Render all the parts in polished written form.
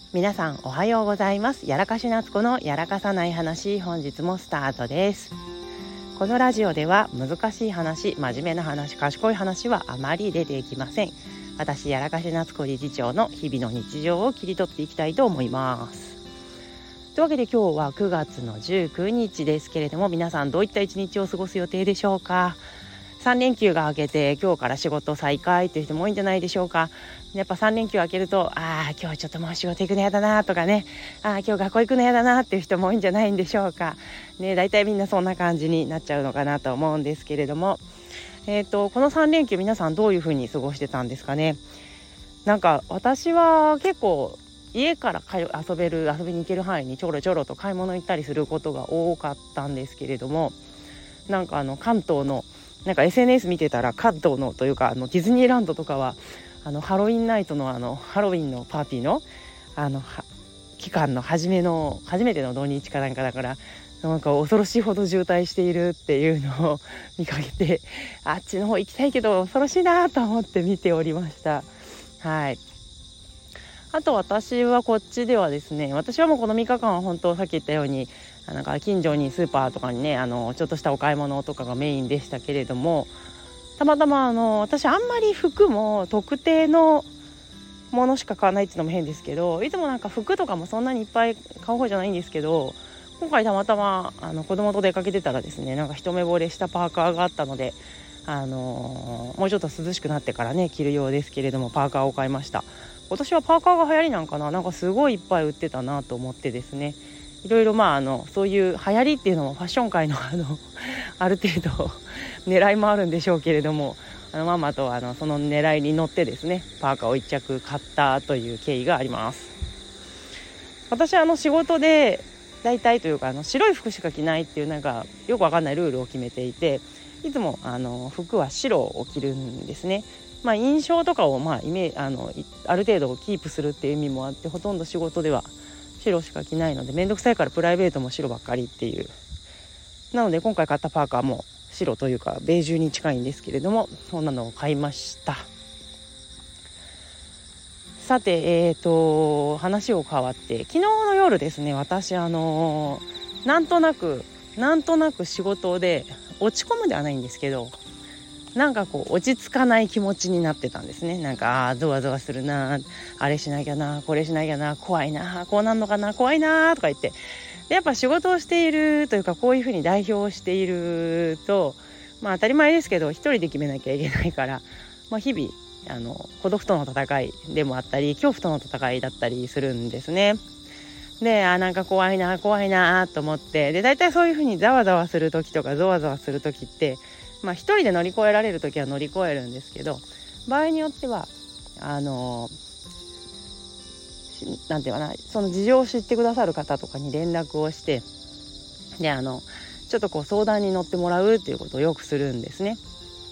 皆さんおはようございます。やらかし夏子のやらかさない話、本日もスタートです。このラジオでは難しい話、真面目な話、賢い話はあまり出てきません。私やらかし夏子理事長の日々の日常を切り取っていきたいと思います。というわけで今日は9月の19日ですけれども、皆さんどういった一日を過ごす予定でしょうか。3連休が明けて今日から仕事再開という人も多いんじゃないでしょうか。やっぱ3連休明けると今日ちょっともう仕事行くのやだなとかね、今日学校行くのやだなっていう人も多いんじゃないんでしょうかね。だいたいみんなそんな感じになっちゃうのかなと思うんですけれども、この3連休皆さんどういうふうに過ごしてたんですかね。なんか私は結構家から遊びに行ける範囲にちょろちょろと買い物行ったりすることが多かったんですけれども、なんか関東のなんか SNS 見てたら関東のというかディズニーランドとかはハロウィンナイトのハロウィンのパーティーの期間の初めての土日かなんかだから、なんか恐ろしいほど渋滞しているっていうのを見かけて、あっちの方行きたいけど恐ろしいなと思って見ておりました。はい。あと私はこっちではですね、私はもうこの3日間は本当さっき言ったようになんか近所にスーパーとかにねちょっとしたお買い物とかがメインでしたけれども、たまたま私あんまり服も特定のものしか買わないっていうのも変ですけど、いつもなんか服とかもそんなにいっぱい買う方じゃないんですけど、今回たまたま子供と出かけてたらですね、なんか一目惚れしたパーカーがあったので、もうちょっと涼しくなってからね着るようですけれども、パーカーを買いました。今年はパーカーが流行りなんかな、なんかすごいいっぱい売ってたなと思ってですね、いろいろそういう流行りっていうのもファッション界のある程度狙いもあるんでしょうけれども、ママとその狙いに乗ってですねパーカーを1着買ったという経緯があります。私仕事で大体というか白い服しか着ないっていうなんかよくわかんないルールを決めていて、いつも服は白を着るんですね。印象とかをある程度キープするっていう意味もあって、ほとんど仕事では白しか着ないので、めんどくさいからプライベートも白ばっかりっていう。なので今回買ったパーカーも白というかベージュに近いんですけれども、そんなのを買いました。さて話を変わって昨日の夜ですね、私なんとなく仕事で落ち込むではないんですけど、なんか落ち着かない気持ちになってたんですね。なんかゾワゾワするな、あれしなきゃな、これしなきゃな、怖いな、こうなんのかな、怖いなとか言って、でやっぱ仕事をしているというかこういうふうに代表をしていると、当たり前ですけど一人で決めなきゃいけないから、日々孤独との戦いでもあったり恐怖との戦いだったりするんですね。でなんか怖いなと思って、で大体そういうふうにざわざわする時とかゾワゾワする時って一人で乗り越えられる時は乗り越えるんですけど、場合によってはなんていうかな、その事情を知ってくださる方とかに連絡をして、でちょっと相談に乗ってもらうっていうことをよくするんですね。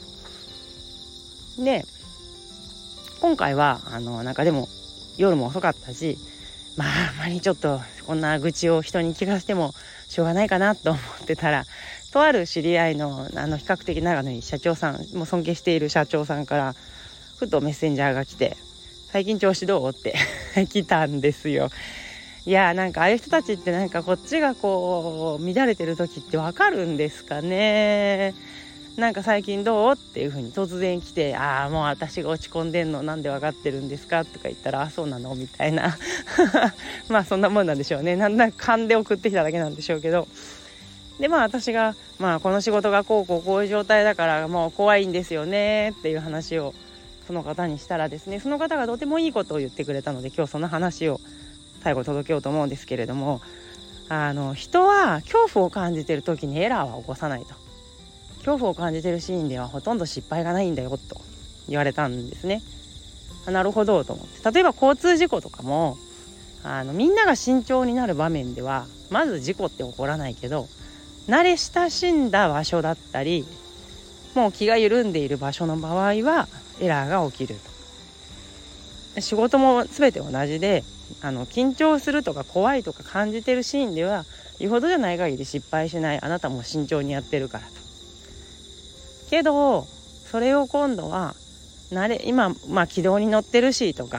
で今回はなんかでも夜も遅かったし、あんまりちょっとこんな愚痴を人に聞かせてもしょうがないかなと思ってたら、とある知り合いの比較的長野に社長さん、もう尊敬している社長さんからふとメッセンジャーが来て、最近調子どうって来たんですよ。いやなんかああいう人たちってなんかこっちが乱れてる時ってわかるんですかね。なんか最近どうっていう風に突然来て、もう私が落ち込んでんのなんでわかってるんですかとか言ったら、そうなのみたいなそんなもんなんでしょうね。なんだ勘で送ってきただけなんでしょうけど、で私がこの仕事がこういう状態だからもう怖いんですよねっていう話をその方にしたらですね、その方がとてもいいことを言ってくれたので、今日その話を最後届けようと思うんですけれども、人は恐怖を感じている時にエラーは起こさないと、恐怖を感じているシーンではほとんど失敗がないんだよと言われたんですね。なるほどと思って、例えば交通事故とかもみんなが慎重になる場面ではまず事故って起こらないけど、慣れ親しんだ場所だったりもう気が緩んでいる場所の場合はエラーが起きると。仕事も全て同じで、緊張するとか怖いとか感じてるシーンではよほどじゃない限り失敗しない、あなたも慎重にやってるからと。けどそれを今度は今軌道に乗ってるしとか、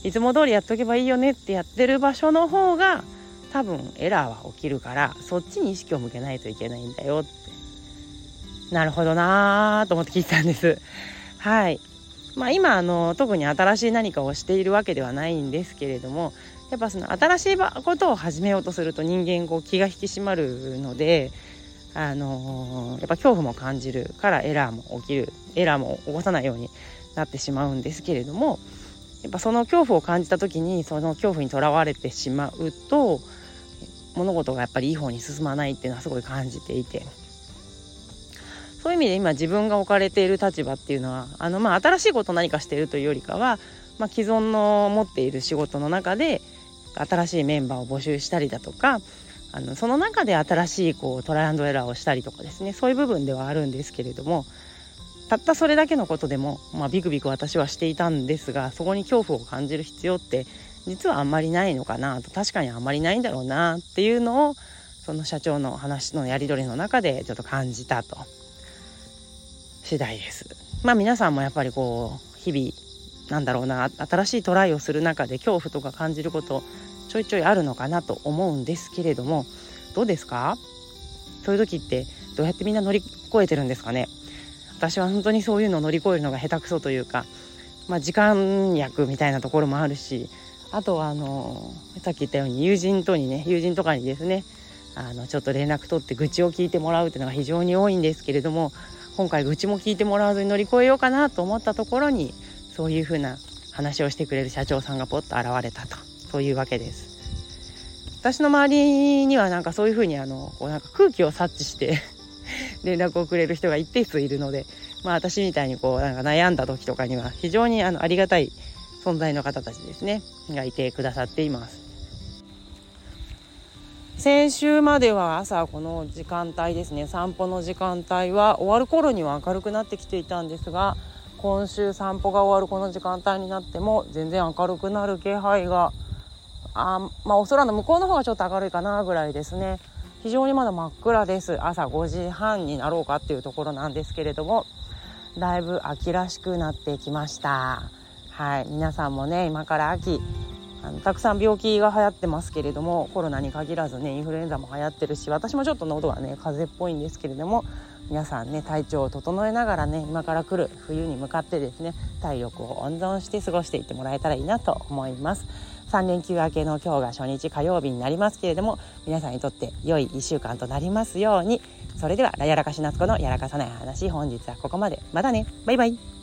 いつも通りやっとけばいいよねってやってる場所の方が多分エラーは起きるから、そっちに意識を向けないといけないんだよって。なるほどなと思って聞いたんです。はい。今特に新しい何かをしているわけではないんですけれども、やっぱその新しいことを始めようとすると人間気が引き締まるので、やっぱ恐怖も感じるからエラーも起こさないようになってしまうんですけれども、やっぱその恐怖を感じた時にその恐怖にとらわれてしまうと物事がやっぱりいい方に進まないっていうのはすごい感じていて、そういう意味で今自分が置かれている立場っていうのは新しいことを何かしているというよりかは、既存の持っている仕事の中で新しいメンバーを募集したりだとか、その中で新しいトライアンドエラーをしたりとかですね、そういう部分ではあるんですけれども、たったそれだけのことでも、ビクビク私はしていたんですが、そこに恐怖を感じる必要って実はあんまりないのかなと、確かにあんまりないんだろうなっていうのをその社長の話のやり取りの中でちょっと感じたと次第です。皆さんもやっぱり日々新しいトライをする中で恐怖とか感じることちょいちょいあるのかなと思うんですけれども、どうですか？そういう時ってどうやってみんな乗り越えてるんですかね？私は本当にそういうのを乗り越えるのが下手くそというか、時間役みたいなところもあるし、あとはさっき言ったように友人とかにですねちょっと連絡取って愚痴を聞いてもらうっていうのが非常に多いんですけれども、今回愚痴も聞いてもらわずに乗り越えようかなと思ったところに、そういうふうな話をしてくれる社長さんがポッと現れたと、そういうわけです。私の周りにはそういうふうに空気を察知して連絡をくれる人が一定数いるので、私みたいに悩んだ時とかには非常にありがたい存在の方たちですねがいてくださっています。先週までは朝この時間帯ですね、散歩の時間帯は終わる頃には明るくなってきていたんですが、今週散歩が終わるこの時間帯になっても全然明るくなる気配がお空の向こうの方がちょっと明るいかなぐらいですね。非常にまだ真っ暗です。朝5時半になろうかっていうところなんですけれども、だいぶ秋らしくなってきました。はい、皆さんもね今から秋たくさん病気が流行ってますけれども、コロナに限らずねインフルエンザも流行ってるし、私もちょっと喉がね風邪っぽいんですけれども、皆さんね体調を整えながらね今から来る冬に向かってですね体力を温存して過ごしていってもらえたらいいなと思います。3連休明けの今日が初日火曜日になりますけれども、皆さんにとって良い1週間となりますように。それではやらかし夏子のやらかさない話、本日はここまで。またね、バイバイ。